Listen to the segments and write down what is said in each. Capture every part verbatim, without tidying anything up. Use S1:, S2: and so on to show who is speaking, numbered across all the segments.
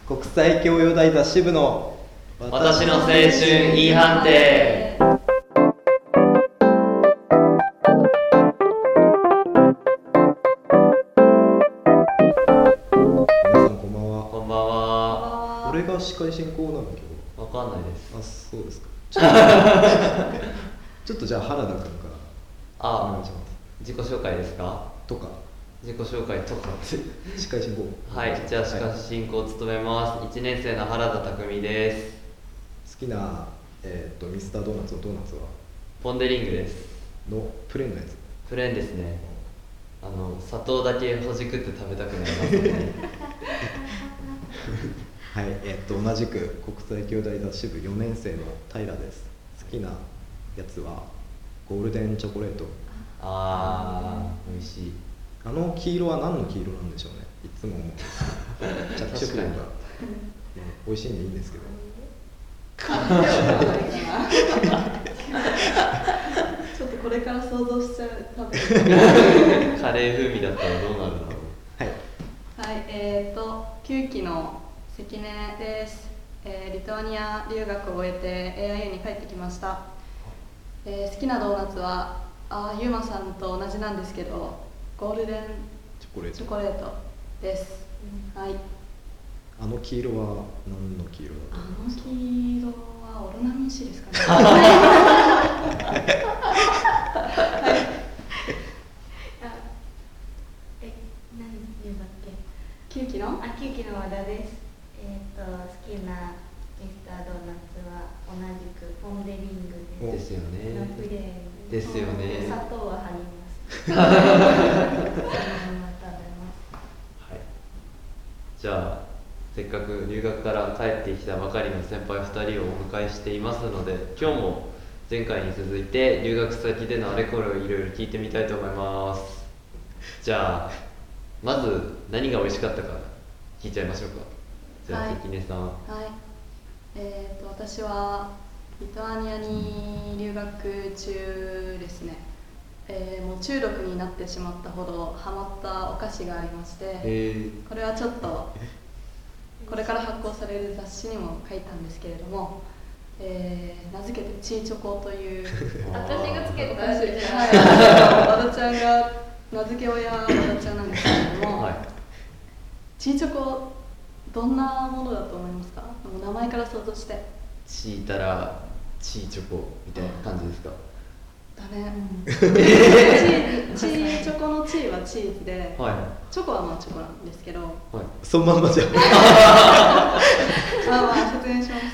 S1: 国際教養大雑誌部の
S2: 私の青春 E 判定。
S1: 皆さんこんばんは。
S2: こんばんは。
S1: 俺が司会進行なの今日。
S2: わかんないです。
S1: あ、そうですか。ちょっとちょっとじゃあ原田君からお願いします。
S2: 自己紹介ですか？
S1: とか
S2: 自己紹介とか
S1: 司会進行。
S2: はい、じゃあ司会進行を務めます。いちねん生の原田匠です。
S1: 好きな、えー、とミスタードーナツのドーナツは
S2: ポン・デ・リングです
S1: のプレーンのやつ。
S2: プレーンですね。あの砂糖だけほじくって食べたくなりますね
S1: はい、えっと同じく国際教養大雑誌部よねん生の平です。好きなやつはゴールデンチョコレート。
S2: あー、美味しい。
S1: あの黄色は何の黄色なんでしょうね。いつも思うんですけど着色料が、ね、美味しいんでいいんですけど
S3: ちょっとこれから想像しちゃう。多分
S2: カレー風味だったらどうなるんだろう。
S1: はい、
S3: はい、えーときゅうきの関根です。えー、リトアニア留学を終えて エーアイユー に帰ってきました。えー、好きなドーナツはあゆうまさんと同じなんですけどゴールデン
S1: チョコレート。
S3: チョコレートです、うん、はい。
S1: あの黄色は何の黄色だと
S3: あ
S1: 思いますか？
S3: の黄色はオロナミン C ですかね
S4: え、何言うんだっけ？
S3: きゅうきの
S4: あ、きゅうきの和田です。えっ、ー、と好きなミスタードーナツは同じくポン・デ・リングです。
S2: ですよね。
S4: のプレーン
S2: ですよね。
S4: 砂糖は貼りますそのまま食べます。
S2: はい。じゃあせっかく留学から帰ってきたばかりの先輩ふたりをお迎えしていますので、今日も前回に続いて留学先でのあれこれをいろいろ聞いてみたいと思います。じゃあまず何が美味しかったか聞いちゃいましょうか。じゃあ、
S3: はい
S2: 関根さん。
S3: はい、えー、と私はリトアニアに留学中ですね、えー、もう中毒になってしまったほどハマったお菓子がありまして、
S2: え
S3: これはちょっとこれから発行される雑誌にも書いたんですけれども、えー、名付けてチーチョコという
S4: 私がつけた
S3: 私、
S4: やつじゃん。
S3: はい、和田ちゃんが名付け親は和田ちゃんなんですけれども、
S2: はい、
S3: チーチョコどんなものだと思いますか？もう名前から想像して。
S2: チータラチーチョコみたいな感じですか？
S3: だね、うん、チーズ、チーチョコのチーはチーズで、
S2: はい
S3: チョコはまあチョコなんですけど、
S2: はい。
S1: そのまんまじゃん
S3: あまあ説明します。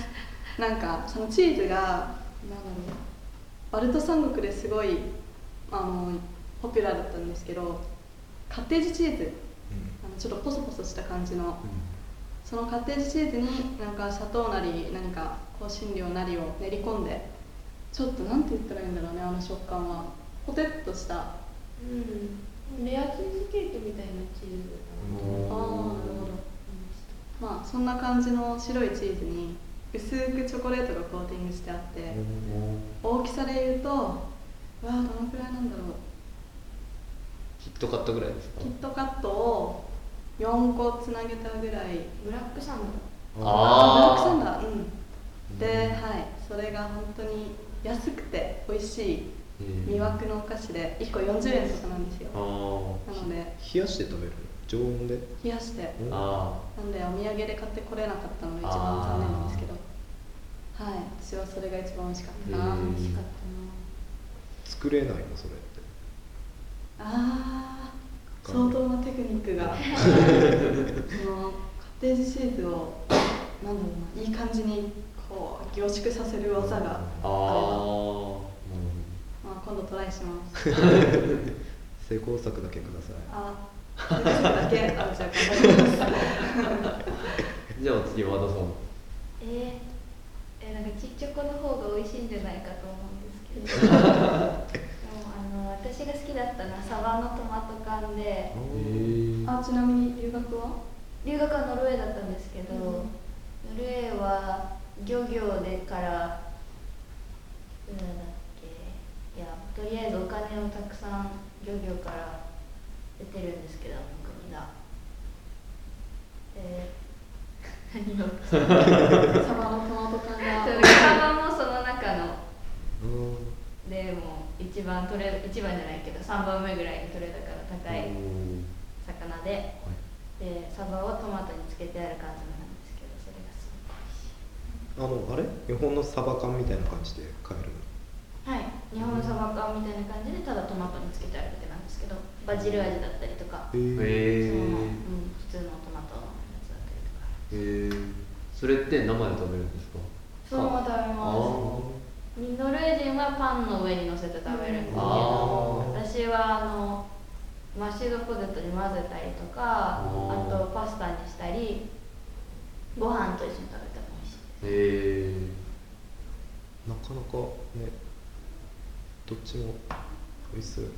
S3: なんかそのチーズがなんだろう、バルト三国ですごいあのポピュラーだったんですけど、カッテージチーズ、あのちょっとポソポソした感じの、そのカッテージチーズになんか砂糖なり何か香辛料なりを練り込んで、ちょっとなんて言ったらいいんだろうね、あの食感はポテッとした。
S4: うん、レアチーズケーキみたいなチーズだな。
S3: ああ、なるほど。まあそんな感じの白いチーズに薄くチョコレートがコーティングしてあって、大きさで言うと、わあどのくらいなんだろう、
S2: キットカットぐらいですか？
S3: キットカットをよんこつなげたぐらい。
S4: ブラックサンド。
S3: ああ、ブラックサン
S2: あ
S3: ダー、うん。で、はい、それが本当に安くて美味しい魅惑のお菓子でいっこよんじゅうえんとかなんですよ。
S2: あー、
S3: なので
S1: 冷やして食べるの？常温で？
S3: 冷やして、
S2: あ
S3: なんでお土産で買ってこれなかったのが一番残念なんですけど、はい、私はそれが一番美味しかったな。
S2: へー
S3: 美味しかった
S1: 作れないのそれって？
S3: なあ。相当なテクニックがそのカッテージチーズをなんだろうな、いい感じにこう凝縮させる技があれば、
S2: ああ、
S3: まあ、今度トライします
S1: 成功作だけください。
S3: あ、成功作だけ、あ、じゃあ頑張ります
S2: じゃあ次和田さん。
S4: えー、えなんかちっちゃこの方が美味しいんじゃないかと思うんですけどでもあの私が好きだったのはサバのトマト缶で、
S3: あ、ちなみに留学は？
S4: 留学はノルウェーだったんですけど、うん、ノルウェーは漁業でからいくらだっけ、いやとりあえずお金をたくさん漁業から出てるんですけど、国がで何何を
S3: サバのトマト缶が
S4: そうサバもその中の
S1: うん
S4: でも一番取れ一番じゃないけどさんばんめぐらいに取れ高が高い魚で、でサバをトマトにつけてある缶詰なんですけど、それがすごく美味しい。
S1: あのあれ日本のサバ缶みたいな感じで買えるの？
S4: はい、日本のサバ缶みたいな感じでただトマトにつけてあるだけなんですけど、バジル味だったりとか、
S1: へえ
S2: へ
S4: そのまま、
S2: え
S4: うん、普通のトマトのやつだったりとか、
S2: へえそれって生で食べるんですか？
S4: そのまま食べ
S2: あ
S4: ます。ノルウェー人はパンの上に乗せて食べるんですけど、
S2: あ
S4: 私はあのマッシュドポテトに混ぜたりとか、あ
S2: ー
S4: とパスタにしたり、ご飯と一緒に食べても美味しいです。
S2: へえ
S1: なかなかねどっちも美味しそう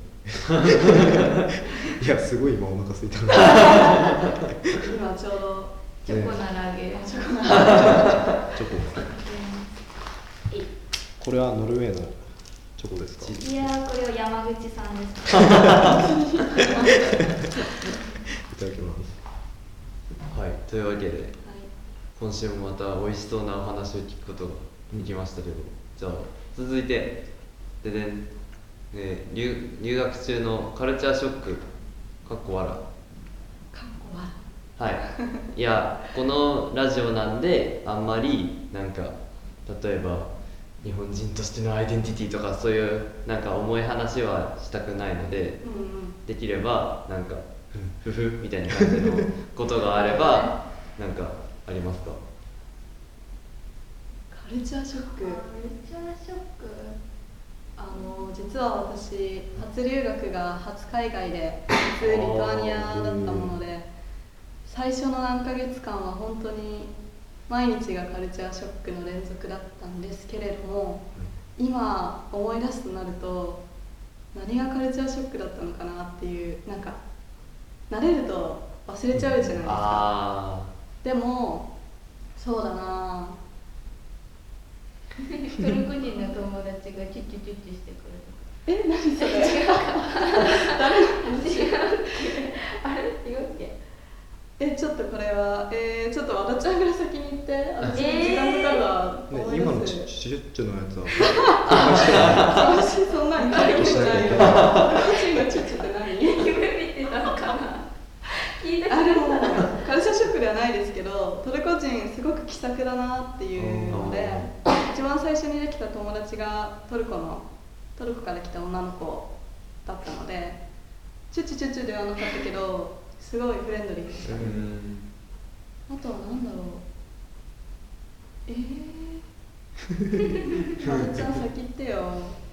S1: いやすごい今お腹空いたの
S3: 今ちょうど
S4: チョコならあげる。
S3: チョコな
S1: チョコ
S4: い
S1: これはノルウェーのチョコですか？
S4: いやー、これは山口さんです。
S1: いただきます
S2: はいというわけで
S3: はい
S2: 今週もまた美味しそうなお話を聞くことができましたけど、じゃあ続いてででん、ね、留入学中のカルチャーショックかっこ笑
S3: かっこ悪
S2: はいいやこのラジオなんであんまりなんか例えば日本人としてのアイデンティティとかそういうなんか重い話はしたくないので、
S3: うんうん
S2: できればなんかふふみたいな感じのことがあればなんかありますか？
S3: カルチャーショック、
S4: カルチャーショック。
S3: あの実は私初留学が初海外で初リトアニアだったもので、最初の何ヶ月間は本当に毎日がカルチャーショックの連続だったんですけれども、今思い出すとなると何がカルチャーショックだったのかなっていう、なんか慣れると忘れちゃうじゃないですか。
S2: あ
S3: でもそうだな、
S4: トルコ人の友達がチュッチュチュッチュしてくる。
S3: え、何それ
S4: 違うか違うっけあれ違うっけ
S3: え、ちょっとこれは、えー、ちょっと和田ちゃんから先に言って、私時間かかるわ、
S1: ね、
S3: 思い
S1: 今の
S3: 出す。
S1: チュチュッチュのやつは
S3: 私そんなに書いてないよ。個人がチュッチュって何？
S4: 夢見てたのかな。聞いた
S3: あ、でもカルチャーショックではないですけど、トルコ人すごく気さくだなっていうので、一番最初にできた友達がトルコのトルコから来た女の子だったので、チュッチュチュッチュではなかったけど、すごいフレンドリーでした。
S2: ーうん
S3: あとは何だろう。えー、まるちゃん先言ってよ。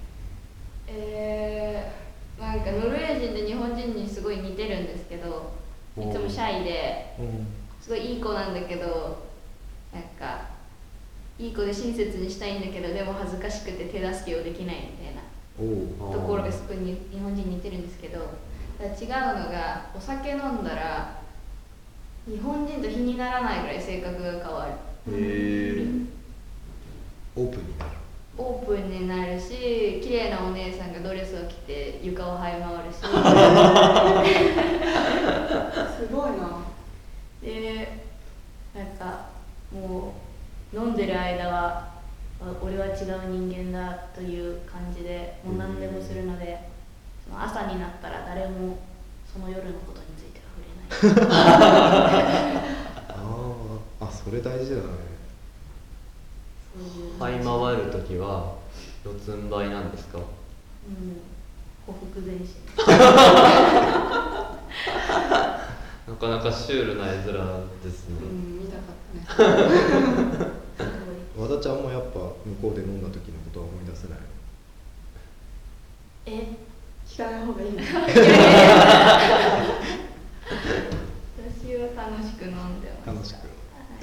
S4: えー、なんかノルウェー人で日本人にすごい似てるんですけど、いつもシャイですごいいい子なんだけど、なんかいい子で親切にしたいんだけど、でも恥ずかしくて手助けをできないみたいな
S1: おお
S4: ところがすごいに日本人に似てるんですけど、ただ違うのがお酒飲んだら日本人と比にならないぐらい性格が変わる。
S2: へえ
S1: オープンになる
S4: オープンになるし、綺麗なお姉さんがドレスを着て床を這い回るし
S3: すごいな。
S4: で、なんかもう飲んでる間はあ俺は違う人間だという感じでもう何でもするので、その朝になったら誰もその夜のことについては触れない
S1: あーあ、それ大事だね
S4: そういう
S2: 這い回るときは四つん這いなんですか？
S4: うん、ほふ前進
S2: なかなかシュールな絵面ですね、
S3: うん、見たかったね。
S1: 和田ちゃんもやっぱ向こうで飲んだ時のことは思い出せない
S4: え
S3: 聞かない方がいいね。
S4: 私は楽しく飲んでました。
S1: 楽しく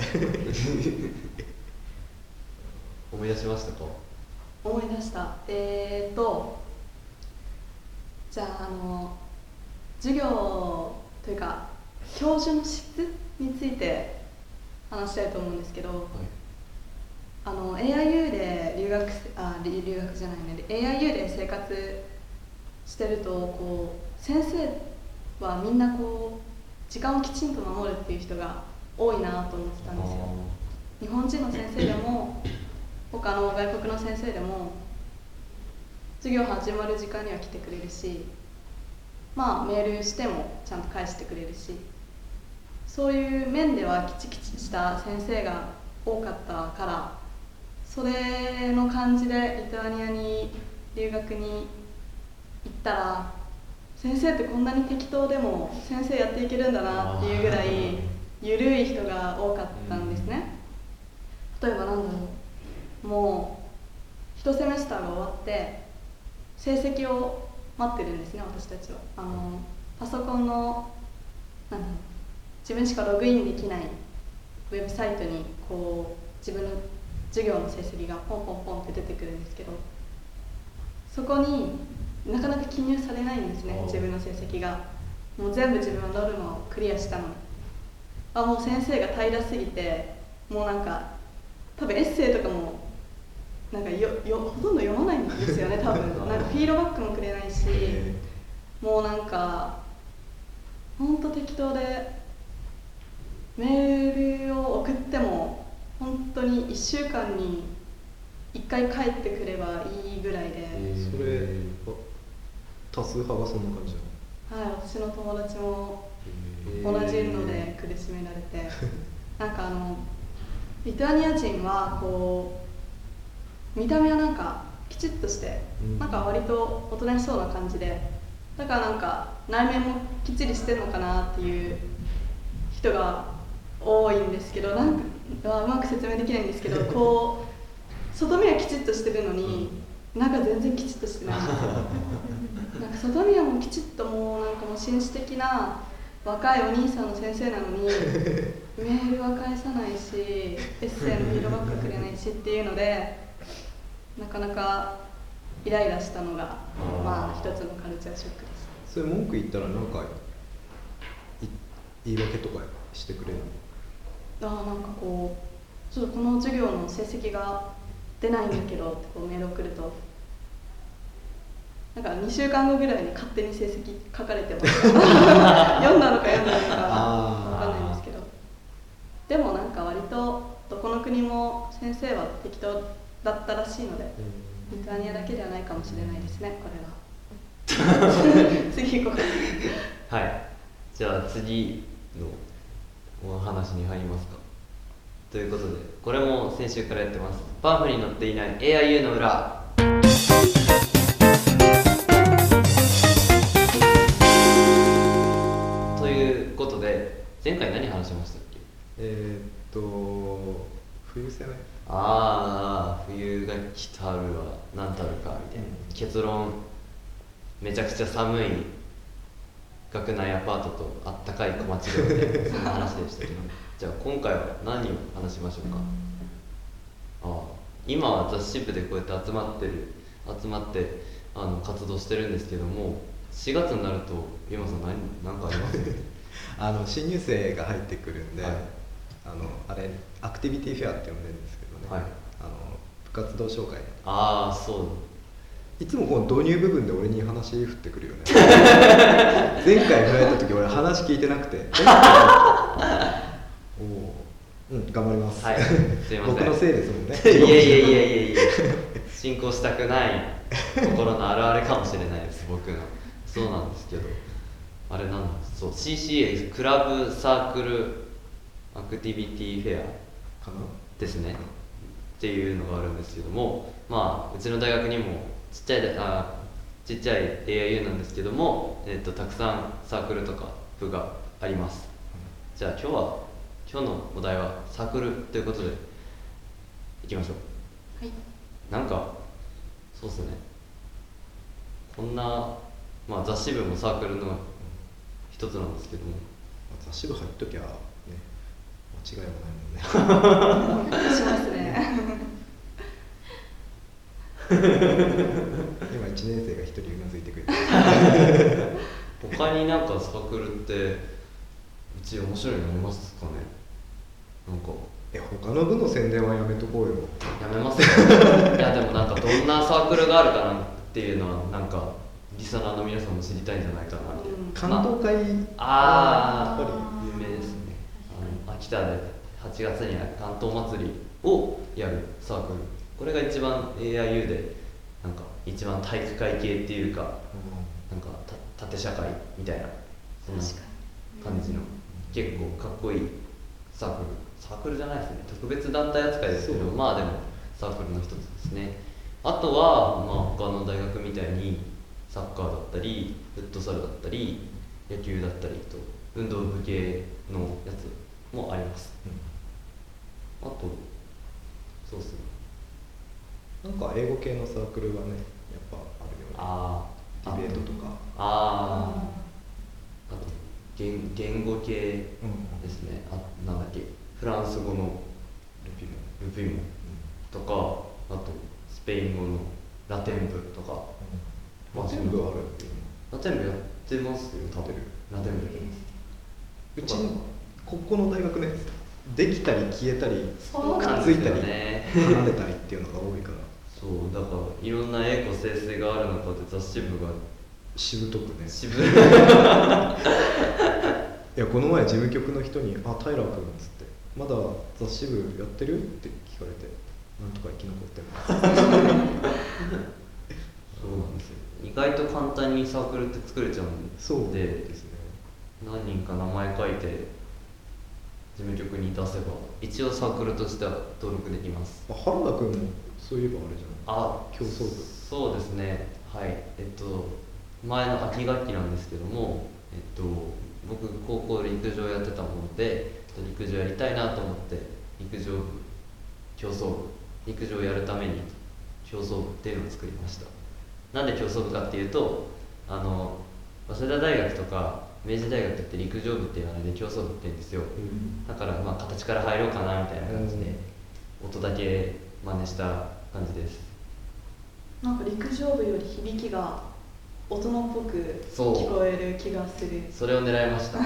S2: 思い出しましたか？
S3: 思い出した。えーと、じゃあ、あの授業というか教授の質について話したいと思うんですけど、
S2: はい
S3: あの エーアイユー で留学あ留学じゃないね エーアイユー で生活してると、こう先生はみんなこう時間をきちんと守るっていう人が多いなと思ってたんですよ。日本人の先生でも他の外国の先生でも授業始まる時間には来てくれるし、まあメールしてもちゃんと返してくれるし、そういう面ではきちきちした先生が多かったから、それの感じでリトアニアに留学に行ったら、先生ってこんなに適当でも先生やっていけるんだなっていうぐらい緩い人が多かったんですね。例えばなんだろう、もう一セメスターが終わって成績を待ってるんですね、私たちは。あのパソコンのなんだろう、自分しかログインできないウェブサイトにこう自分の授業の成績がポンポンポンって出てくるんですけど、そこになかなか記入されないんですね、自分の成績が。もう全部自分はノルマをクリアしたのに、あ、もう先生が平らすぎて、もうなんか多分エッセイとかもなんかよよほとんど読まないんですよね、多分なんかフィードバックもくれないし、もうなんかほんと適当で、メールを送っても本当にいっしゅうかんにいっかい帰ってくればいいぐらいで、
S1: それ多数派がそんな感じなの？
S3: はい、私の友達も同じので苦しめられてなんかあのリトアニア人はこう見た目はなんかきちっとして、うん、なんか割とおとなしそうな感じで、だからなんか内面もきっちりしてるのかなっていう人が多いんですけど、なんかうまく説明できないんですけど、こう外見はきちっとしてるのに、なんか全然きちっとしてないんですよなんか外見はもうきちっともうなんかもう紳士的な若いお兄さんの先生なのにメールは返さないし、エッセイのフィードバックくれないしっていうので、なかなかイライラしたのがまあ一つのカルチャーショックです。
S1: それ文句言ったら何か言い訳とかしてくれるの？
S3: ああ、なんかこうちょっとこの授業の成績が出ないんだけどってこうメール送ると、なんかにしゅうかんごぐらいに勝手に成績書かれてます読んだのか読んだのかわかんないんですけど、でもなんか割とどこの国も先生は適当だったらしいので、リトアニアだけではないかもしれないですね、これは次行こう
S2: はい、じゃあ次のお話に入りますか。ということで、これも先週からやってます、パンフに載っていない エーアイユー の裏。ということで、前回何話しましたっけ？
S1: えー、っと冬攻め。
S2: ああ、冬が来たるは何たるかみたいな、うん、結論、めちゃくちゃ寒い学内アパートとあったかい小町寮でそんな話でしたけどじゃあ今回は何を話しましょうか。ああ、今は雑誌部でこうやって集まってる集まってあの活動してるんですけども、しがつになるとゆうまさん何何かあります
S1: あの新入生が入ってくるんで、
S2: はい、
S1: あのあれアクティビティフェアって呼んでるんですけどね、はい、あの部活動紹介。あ
S2: あ、そう
S1: いつもこの導入部分で俺に話振ってくるよね前回振られた時俺話聞いてなくておお、うん、頑張ります。
S2: はい、すいません
S1: 僕のせいですもんね
S2: いやいやいやいやいや進行したくない心のあるあるかもしれないです僕の。そうなんですけど、あれなんです、そう シーシーエー クラブサークルアクティビティフェア
S1: かな
S2: ですねっていうのがあるんですけども、まあうちの大学にもちっちゃいあちっちゃい エーアイユー なんですけども、えー、とたくさんサークルとか部があります。じゃあ今日は今日のお題はサークルということでいきましょう。
S3: はい。
S2: なんかそうっすね、こんな、まあ、雑誌部もサークルの一つなんですけども、
S1: 雑誌部入っときゃね間違いもないもんね
S3: しますね
S1: 今いちねん生が一人うなずいてくれて
S2: 他になんかサークルってうち面白いのありますかね。なんか
S1: え他の部の宣伝はやめとこうよ。
S2: やめますよいやでもなんかどんなサークルがあるかなっていうのはなんかリスナーの皆さんも知りたいんじゃないかなみたいな。
S1: 関東会
S2: ああ、やっぱり有名ですね。あの秋北ではちがつにある関東祭りをやるサークル、これが一番 エーアイユー でなんか一番体育会系っていうか、なんかた縦社会みたいなそんな感じの結構かっこいいサークルサークルじゃないですね、特別団体扱いですけど、まあでもサークルの一つですね。あとは、まあ、他の大学みたいにサッカーだったりフットサルだったり野球だったりと運動部系のやつもあります、うん、あとそうっすね、
S1: なんか英語系のサークルがねやっぱあるよね。
S2: あ
S1: ディベートとか
S2: あああと 言, 言語系ですね、あなんだっけフランス語の
S1: ルピも
S2: ルピモとか、あとスペイン語のラテン部とか、
S1: ラテン部あるっていう
S2: ラテン部やってますよ、多分ラテン部やってます。
S1: うちのここの大学ね、できたり消えたり
S3: そう
S1: く
S3: なんです
S1: っついたり
S2: ね
S1: 離れたりっていうのが多いから
S2: そうだからいろんな栄枯盛衰がある中で雑誌部が
S1: しぶとくね。
S2: 渋い
S1: いやこの前事務局の人に「あ平君」っつって「まだ雑誌部やってる?」って聞かれて「なんとか生き残ってます」
S2: そうなんですよ、意外と簡単にサークルって作れちゃうんで、
S1: そうですね。
S2: 何人か名前書いて事務局に出せば一応サークルとしては登録できます。
S1: あ原田君もそういえばあれじゃん、
S2: あ
S1: 競争部。
S2: そうですね、はいえっと前の秋学期なんですけども、えっと僕高校で陸上やってたもので陸上やりたいなと思って陸上部競争部陸上をやるために競争部っていうのを作りました。なんで競争部かっていうと、あの早稲田大学とか明治大学って陸上部っていうので競争部って言うんですよ、うん、だからまあ形から入ろうかなみたいな感じで、うん、音だけ真似した感じです。
S3: なんか陸上部より響きが大人っぽく聞こえる気がする。
S2: それを狙いましたち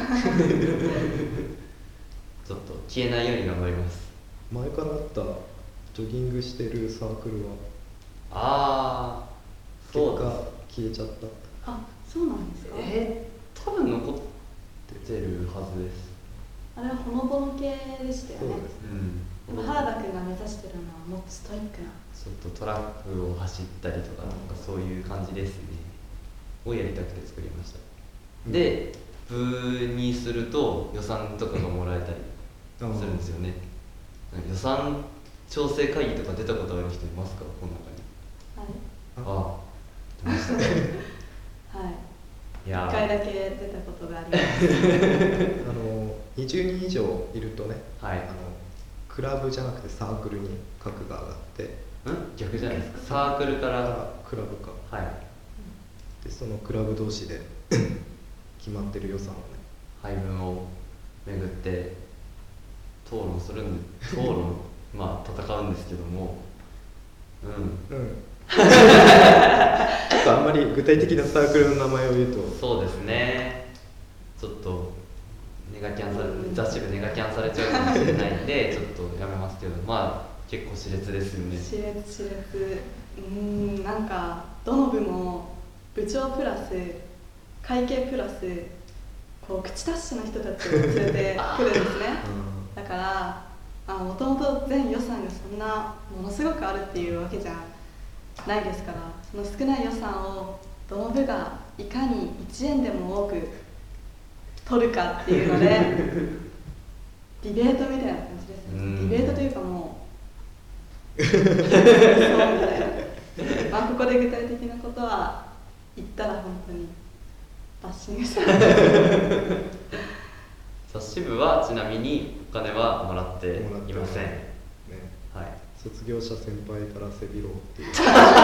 S2: ょっと消えないように頑張ります。
S1: 前からあったジョギングしてるサークルは
S2: ああ
S1: 結果消えちゃった。
S3: あ、そうなんですか。
S2: えー、多分残ってるはずです。
S3: あれはほのぼの系でしたよね。
S1: そうですね、
S3: うん、でも原田君が目指してるのはもっとストイックな
S2: ちょっとトラックを走ったりとか、なんかそういう感じですねをやりたくて作りました、うん、で部にすると予算とかがもらえたりするんですよね。予算調整会議とか出たことある人いますか、この中に。
S3: あ
S2: あ、出ましたね
S3: はい、
S2: いや
S3: いっかいだけ出たことがあります
S1: あのにじゅうにん以上いるとね、
S2: はい、
S1: あのクラブじゃなくてサークルに格が上がって、
S2: ん逆じゃないですか、サークルから
S1: クラブか、
S2: はい、
S1: でそのクラブ同士で決まってる予算をね
S2: 配分をめぐって討論するんで討論まあ戦うんですけども、うん
S1: うんちょっとあんまり具体的なサークルの名前を言うと
S2: そうですね、ちょっとネガキャンされ雑誌部ネガキャンされちゃうかもしれないんでちょっとやめますけど、まあ結構熾烈ですよね。
S3: 熾烈熾烈うーん、なんかどの部も部長プラス会計プラスこう口達者の人たちを連れてくるんですねだからもともと全予算がそんなものすごくあるっていうわけじゃないですから、その少ない予算をどの部がいかにいちえんでも多く取るかっていうのでディベートみたいな感じですね。ディベートというかもうそうみたいな、まあ、ここで具体的なことは言ったら本当にバッシングされる
S2: 雑誌部はちなみにお金はもらっていません、ね、はい、
S1: 卒業者先輩から背広っていう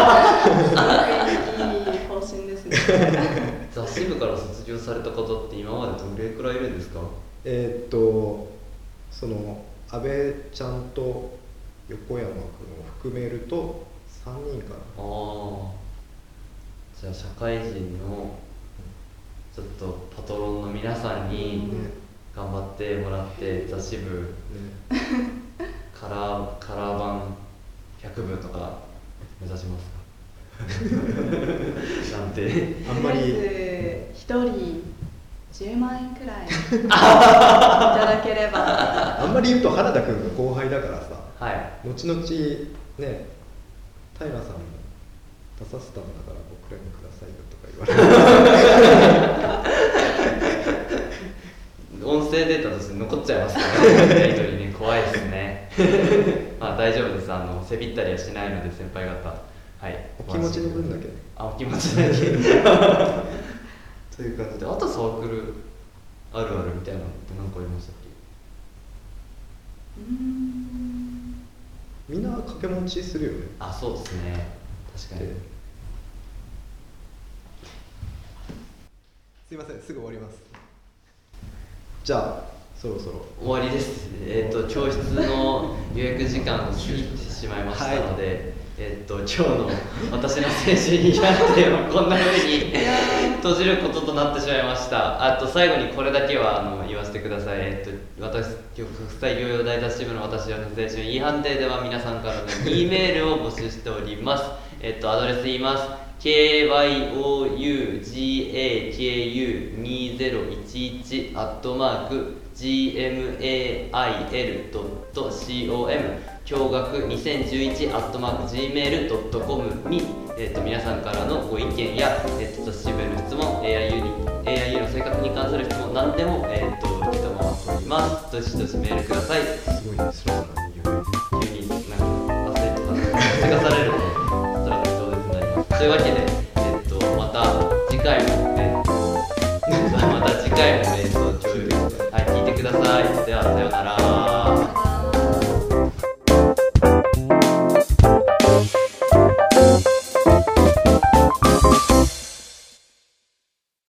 S3: いい方針ですね
S2: 雑誌部から卒業された方って今までどれくらいいるんですか。
S1: えーっとその安倍ちゃんと横山君を含めるとさんにんかな。
S2: ああ、じゃあ社会人のちょっとパトロンの皆さんに頑張ってもらって雑誌部、ね、カラーカラー版ひゃくぶとか目指しますかなんて
S1: あんまり
S3: 一人じゅうまんえんくらいいただければ。
S1: あんまり言うと原田君が後輩だからさ、
S2: はい、
S1: 後々ね、平さんも出させたんだから僕らにくださいよとか言われる
S2: 音声データとして残っちゃいますからね、やり取りね、怖いですね。まあ大丈夫です、あのせびったりはしないので、先輩方、はい、
S1: お気持ちの分だけね。
S2: あ、お気持ちだけという感じで、あとサークルあるあるみたいなのって何かありましたっけ？
S3: うーん、
S1: みんな掛け持ちするよね。
S2: あ、そうですね、確かに。
S1: すいません、すぐ終わります。じゃあそろそろ
S2: 終わりです。えっ、ー、と教室の予約時間を過ぎてしまいましたので、はい、えっ、ー、と今日の私の青春にやってをこんな風に閉じることとなってしまいました。あと最後にこれだけはあの言わせてください。えっ、ー、と私国際療養大脱支部の私の青春 E 判定では皆さんからの E メールを募集しております。えっ、ー、とアドレス言います。ケーワイオーユージーエーケーユーにせんじゅういちアットマーク ジーエムエーアイエルドットコム 驚愕にせんじゅういちアットマーク ジーメールドットコム に、えー、と皆さんからのご意見や、えー、と脱支部への質問 エーアイユー に エーアイユー の生活に関する質問何でも、えー、と承っております。どしどしメールください。
S1: すごいね、スラスラに
S2: 急になんか忘れてたせかされるのでスラが上手になります。というわけで、えっと、また次回も、えっと、また次回も、えっと、共有、はい、聞いてください。では、さようなら。